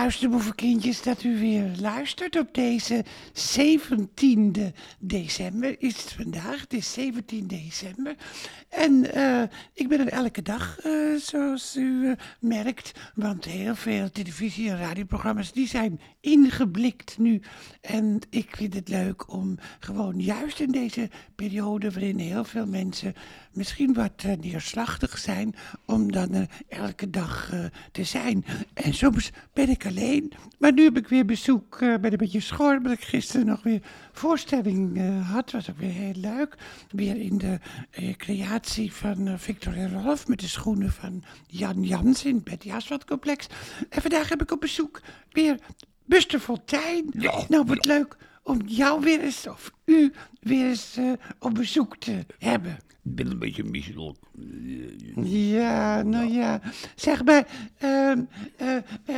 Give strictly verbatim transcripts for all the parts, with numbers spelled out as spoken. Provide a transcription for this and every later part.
luisterboevenkindjes, dat u weer luistert op deze zeventiende december. Is het vandaag? Het is zeventien december. En uh, ik ben er elke dag, uh, zoals u uh, merkt. Want heel veel televisie- en radioprogramma's die zijn ingeblikt nu. En ik vind het leuk om gewoon juist in deze periode waarin heel veel mensen misschien wat uh, neerslachtig zijn, om dan uh, elke dag uh, te zijn. En soms ben ik alleen, maar nu heb ik weer bezoek, uh, ben een beetje schor, omdat ik gisteren nog weer voorstelling uh, had. Was ook weer heel leuk. Weer in de uh, creatie van uh, Victor en Rolf met de schoenen van Jan Jans in het Betty Asphalt Complex. En vandaag heb ik op bezoek weer Buster Fontijn. Ja, nou, wat ja. leuk om jou weer eens, of u weer eens uh, op bezoek te hebben. Ik ben een beetje misselijk. Ja, nou ja. Zeg maar, uh, uh, uh,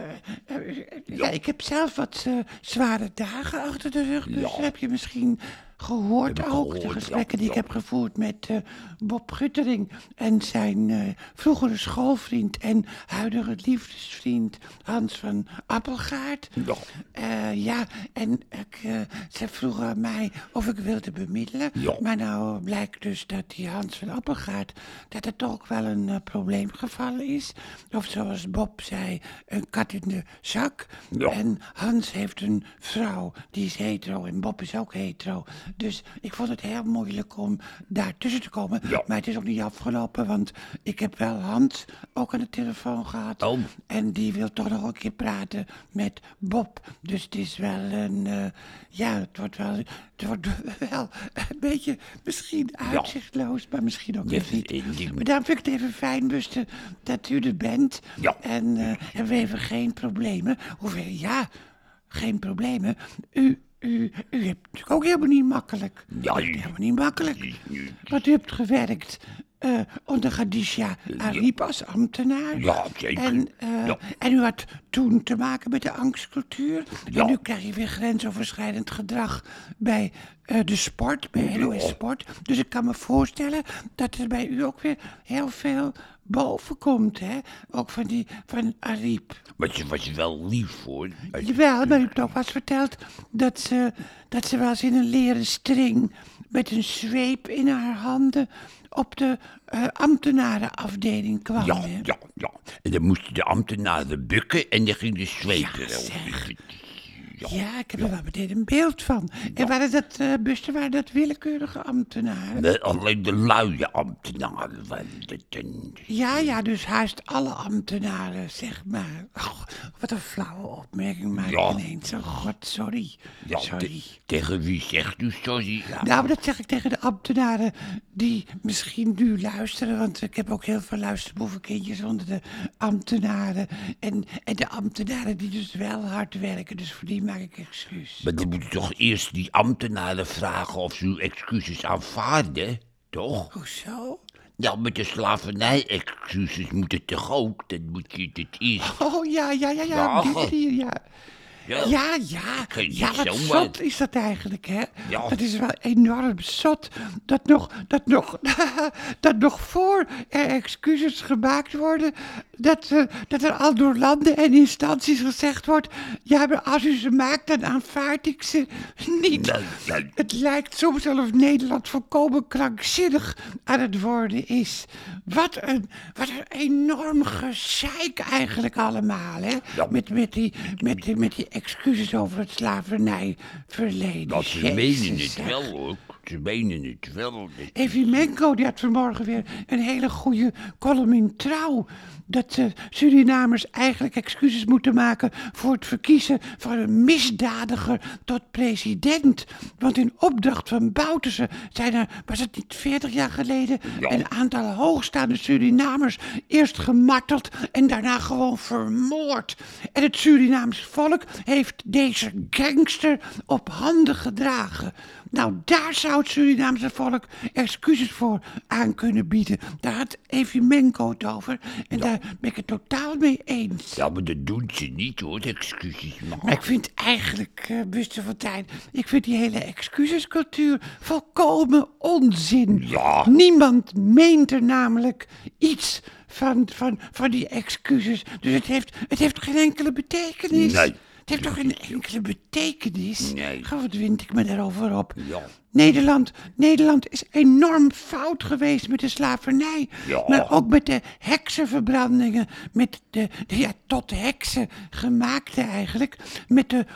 uh, uh, ja, ik heb zelf wat uh, zware dagen achter de rug, dus Ja. heb je misschien gehoord Heb ik ook, gehoord, de gesprekken ja, die ik ja. heb gevoerd met uh, Bob Guttering en zijn uh, vroegere schoolvriend en huidige liefdesvriend Hans van Appelgaard. Ja. Uh, ja, en ik, uh, ze vroegen aan mij of ik wilde bemiddelen, Ja. maar nou blijkt dus dat die Hans van Appelgaard, dat het toch wel een uh, probleemgeval is. Of zoals Bob zei, een kat in de zak. Ja. En Hans heeft een vrouw, die is hetero en Bob is ook hetero. Dus ik vond het heel moeilijk om daar tussen te komen. Ja. Maar het is ook niet afgelopen, want ik heb wel Hans ook aan de telefoon gehad. Oh. En die wil toch nog een keer praten met Bob. Dus het is wel een, uh, ja, het wordt wel, het wordt wel een beetje misschien uitzichtloos, maar misschien ook Ja, weer niet. eh, die- Maar daarom vind ik het even fijn, Buster, dat u er bent. Ja. En uh, hebben we even geen problemen. Hoewel, ja, geen problemen. U, u, u hebt natuurlijk ook helemaal niet makkelijk. Ja, U hebt helemaal niet makkelijk. nu- Want u hebt gewerkt uh, onder Khadija Ariep als ambtenaar. Ja, zeker. En, uh, Ja. en u had toen te maken met de angstcultuur. Ja. En nu krijg je weer grensoverschrijdend gedrag bij uh, de sport, bij N O S Ja. Sport. Dus ik kan me voorstellen dat er bij u ook weer heel veel boven komt, hè? Ook van die, van Ariep. Maar ze was wel lief, hoor. Jawel, maar u hebt ook wel eens verteld dat ze, dat ze wel eens in een leren string met een zweep in haar handen op de uh, ambtenarenafdeling kwam. Ja, hè? ja, ja. En dan moesten de ambtenaren bukken en dan ging de zweep Ja, erop. zeg. Ja. Ja, ik heb er wel meteen een beeld van. En waren dat, uh, Buster, waren dat willekeurige ambtenaren? Nee, alleen de luie ambtenaren waren het. En- Ja, ja, dus haast alle ambtenaren, zeg maar. Oh, wat een flauwe opmerking maak ik Ja. ineens. Oh god, sorry. Ja, sorry. te- tegen wie zegt u sorry? Ja. Nou, maar dat zeg ik tegen de ambtenaren die misschien nu luisteren. Want ik heb ook heel veel luisterboevenkindjes onder de ambtenaren. En, en de ambtenaren die dus wel hard werken. Dus voor die maak ik excuus. Maar dan moet je toch eerst die ambtenaren vragen of ze uw excuses aanvaarden, toch? Hoezo? Ja, met de slavernij-excuses moet het toch ook? Dan moet je het eerst... Oh, ja, ja, ja, ja. Ja. Op die manier, ja. Ja. Ja, ja, Geen ja, wat zomaar. zot is dat eigenlijk, hè? Ja. Dat is wel enorm zot. Dat nog, dat nog, dat nog voor er excuses gemaakt worden, dat, uh, dat er al door landen en instanties gezegd wordt, ja, maar als u ze maakt, dan aanvaard ik ze niet. Nee, nee. Het lijkt soms alsof Nederland volkomen krankzinnig aan het worden is. Wat een, wat een enorm gezeik eigenlijk allemaal, hè? Ja. Met, met, die, met, die, met die excuses over het slavernijverleden. Dat ze Jezus, menen het zeg. wel, hoor. Ze menen het wel. Evimenko, die had vanmorgen weer een hele goede column in Trouw. Dat de Surinamers eigenlijk excuses moeten maken voor het verkiezen van een misdadiger tot president. Want in opdracht van Bouterse zijn er, was het niet veertig jaar geleden, Ja. een aantal hoogstaande Surinamers eerst gemarteld en daarna gewoon vermoord. En het Surinaams volk heeft deze gangster op handen gedragen. Nou, daar zou het Surinaamse volk excuses voor aan kunnen bieden. Daar had Evimenko het over. En daar ben ik het totaal mee eens. Ja, maar dat doen ze niet, hoor, de excuses. Maar... Maar ik vind eigenlijk, uh, Buster Fontijn, ik vind die hele excusescultuur volkomen onzin. Ja. Niemand meent er namelijk iets van, van, van die excuses. Dus het heeft, het heeft geen enkele betekenis. Nee. Het heeft toch geen enkele betekenis? Nee. Goh, wat wind ik me daarover op. Ja. Nederland, Nederland is enorm fout geweest met de slavernij. Ja. Maar ook met de heksenverbrandingen. Met de, de ja, tot heksen gemaakte eigenlijk. Met de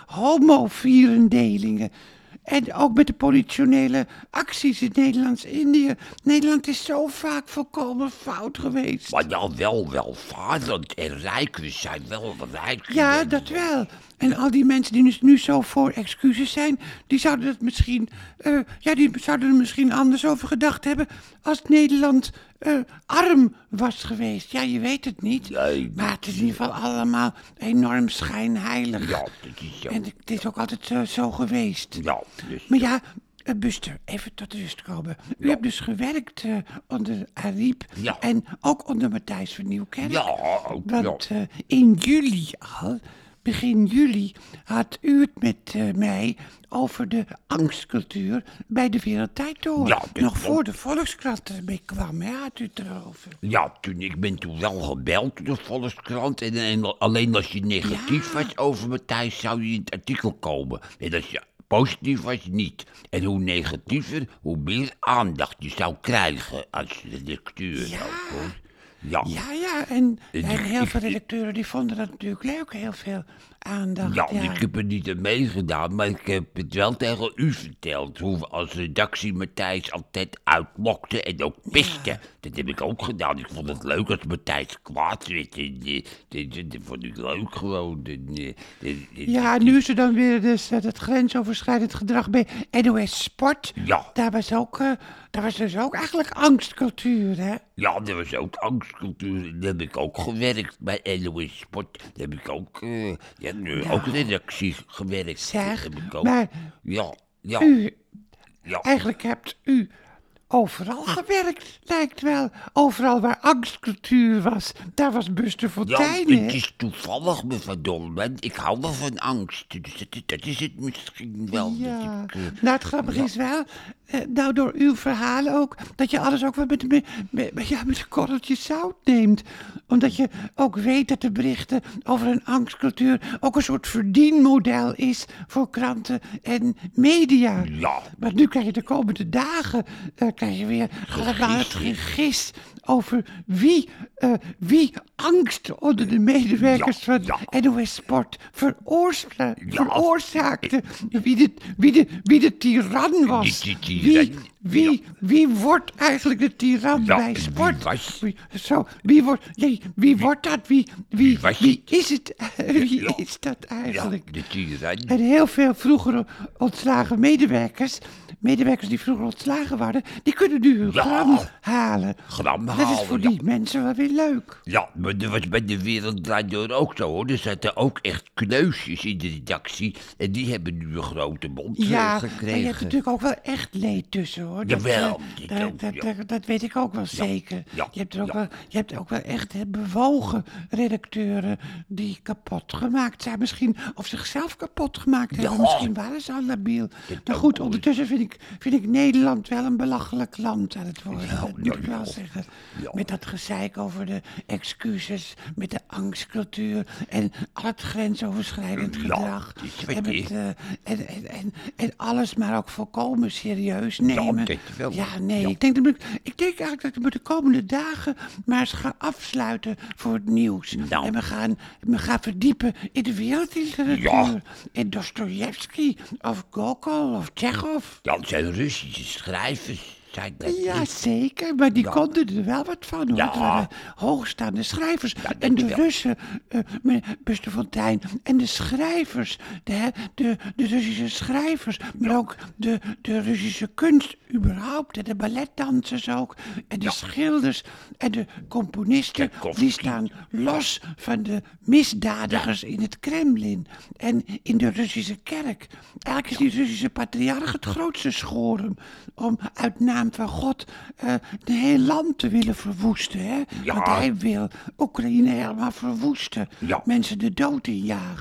homovierendelingen. En ook met de politionele acties in Nederlands-Indië. Nederland is zo vaak volkomen fout geweest. Maar ja, wel welvarend en rijk. We zijn wel rijk. Ja, dat wel. En al die mensen die dus nu zo voor excuses zijn, die zouden het misschien, eh, ja, die zouden er misschien anders over gedacht hebben als Nederland eh, arm was geweest. Ja, je weet het niet. Nee. Maar het is in ieder geval allemaal enorm schijnheilig. Ja, dat is zo. En het is ook altijd zo, zo geweest. Ja, dus... Maar ja, eh, Buster, even tot rust komen. U Ja. hebt dus gewerkt eh, onder Ariep Ja. en ook onder Matthijs van Nieuwkerk. Ja, ook, Want ja. eh, in juli al, begin juli, had u het met eh, mij over de angstcultuur bij de Wereldtijd door. Ja, dat Nog klopt. voor de Volkskrant ermee kwam, hè, had u het erover. Ja, toen, ik ben toen wel gebeld door de Volkskrant. En, en alleen als je negatief Ja. was over Matthijs, zou je in het artikel komen. En als je positief was, niet. En hoe negatiever, hoe meer aandacht je zou krijgen als redacteur. Ja. ook, hoor. Ja. Ja, ja, en, Eh, en ik- heel ik- veel redacteuren die vonden dat natuurlijk leuk, heel veel aandacht. Ja, Ja, ik heb er niet aan meegedaan, maar ik heb het wel tegen u verteld. Hoe we als redactie Matthijs altijd uitlokten en ook pisten. Dat heb ik ook gedaan. Ik vond het leuk als Matthijs kwaad werd. En, eh, Dat dat- dat vond ik leuk gewoon. En, eh, en- en- Ja, nu is er dan weer dus, eh, dat grensoverschrijdend gedrag bij N O S Sport. Ja. Daar was, ook, eh, daar was dus ook eigenlijk angstcultuur, hè? Ja, er was ook angstcultuur. Daar heb ik ook gewerkt bij N O S Sport. Daar heb ik ook, eh, ja, nu ook redactie gewerkt. Zeg, Heb ik ook. maar Ja, ja, u, ja. eigenlijk hebt u overal gewerkt, lijkt wel. Overal waar angstcultuur was, daar was Buster Ja, Fontijn, het hè? is toevallig, mevrouw Dolman. Ik hou wel van angst. Dus dat, is- dat is het misschien wel. dat Ja, ik, eh, nou het grappige is wel, eh, nou door uw verhalen ook, dat je alles ook wel met, met, met, ja, met een korreltje zout neemt. Omdat je ook weet dat de berichten over een angstcultuur ook een soort verdienmodel is voor kranten en media. Ja. Maar nu krijg je de komende dagen, eh, krijg je weer allemaal het Gegis. gegis over wie, eh, wie angst onder de medewerkers Ja, van ja. N O S Sport veroorza- Ja. veroorzaakte. Wie de, wie, de, wie de tiran was. Die- die Wie, tiran, wie, ja. wie wordt eigenlijk de tiran Ja, bij wie sport? was- Wie, zo, wie, wordt, nee, wie wordt dat? Wie, wie, Wie was wie is het? Wie Ja. is dat Ja, eigenlijk? de tiran. En heel veel vroeger ontslagen medewerkers, medewerkers die vroeger ontslagen waren, die kunnen nu hun Ja. gram halen. Gram Dat is halen, voor ja. die mensen wel weer leuk. Ja, maar dat was bij de Wereld Draait Door ook zo, hoor. Er zaten ook echt kneusjes in de redactie. En die hebben nu een grote mond eh, Ja, gekregen. maar je hebt natuurlijk ook wel echt leed tussen, hoor. Dat, Jawel, eh, dit dat, ook, dat, ja. dat, dat weet ik ook wel zeker. ja, Je hebt er ook ja. wel, je hebt ook wel echt hè, bewogen redacteuren die kapot gemaakt zijn. Misschien, of zichzelf kapot gemaakt hebben. Ja. Misschien waren ze al labiel. Maar ook goed, wel. ondertussen vind ik, vind ik Nederland wel een belachelijk land aan het worden. Ja, dat moet ja, ik wel ja. zeggen. Ja. Met dat gezeik over de excuses, met de angstcultuur en al het grensoverschrijdend Ja, gedrag. het is wat En, met, je- eh, en, en, en, en alles maar ook volkomen serieus nemen. dat wel. Ja, nee, Ja. Ik, denk dat ik, ik denk eigenlijk dat ik me de komende dagen maar eens ga afsluiten voor het nieuws. Nou. En we gaan, we gaan verdiepen in de wereldliteratuur. Ja. In Dostojevski of Gogol of Tsjechov. Ja, het zijn Russische schrijvers. Zijn dat Ja, niet? zeker, maar die Ja. konden er wel wat van, hoor. Ja. Het waren hoogstaande schrijvers. dat en de wel. Russen, eh meneer Buster Fontijn, en de schrijvers, de, hè, de, de Russische schrijvers, maar ook de, de Russische kunst überhaupt, en de balletdansers ook, en de schilders en de componisten, Tchaikovsky. die staan los van de misdadigers in het Kremlin en in de Russische kerk. Eigenlijk is die Russische patriarch het grootste schorum om uit naam van God eh een heel land te willen verwoesten. Hè? Ja. Want hij wil Oekraïne helemaal verwoesten. Ja. Mensen de dood injagen.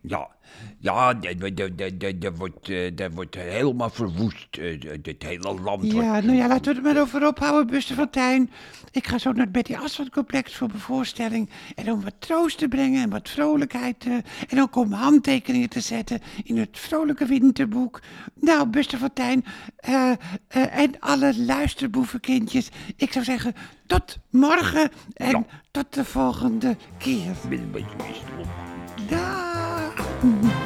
Ja, ja, dat wordt, eh, dat wordt helemaal verwoest, eh, dit hele land. Ja, wordt- nou ja, laten we het maar over ophouden, Buster van Tijn. Ik ga zo naar het Betty Asphalt Complex voor mijn voorstelling. En om wat troost te brengen en wat vrolijkheid. eh, en ook om handtekeningen te zetten in het vrolijke winterboek. Nou, Buster van Tijn eh, eh, en alle luisterboevenkindjes. Ik zou zeggen, tot morgen en Ja. tot de volgende keer. Ik ben een beetje misselijk. Dag.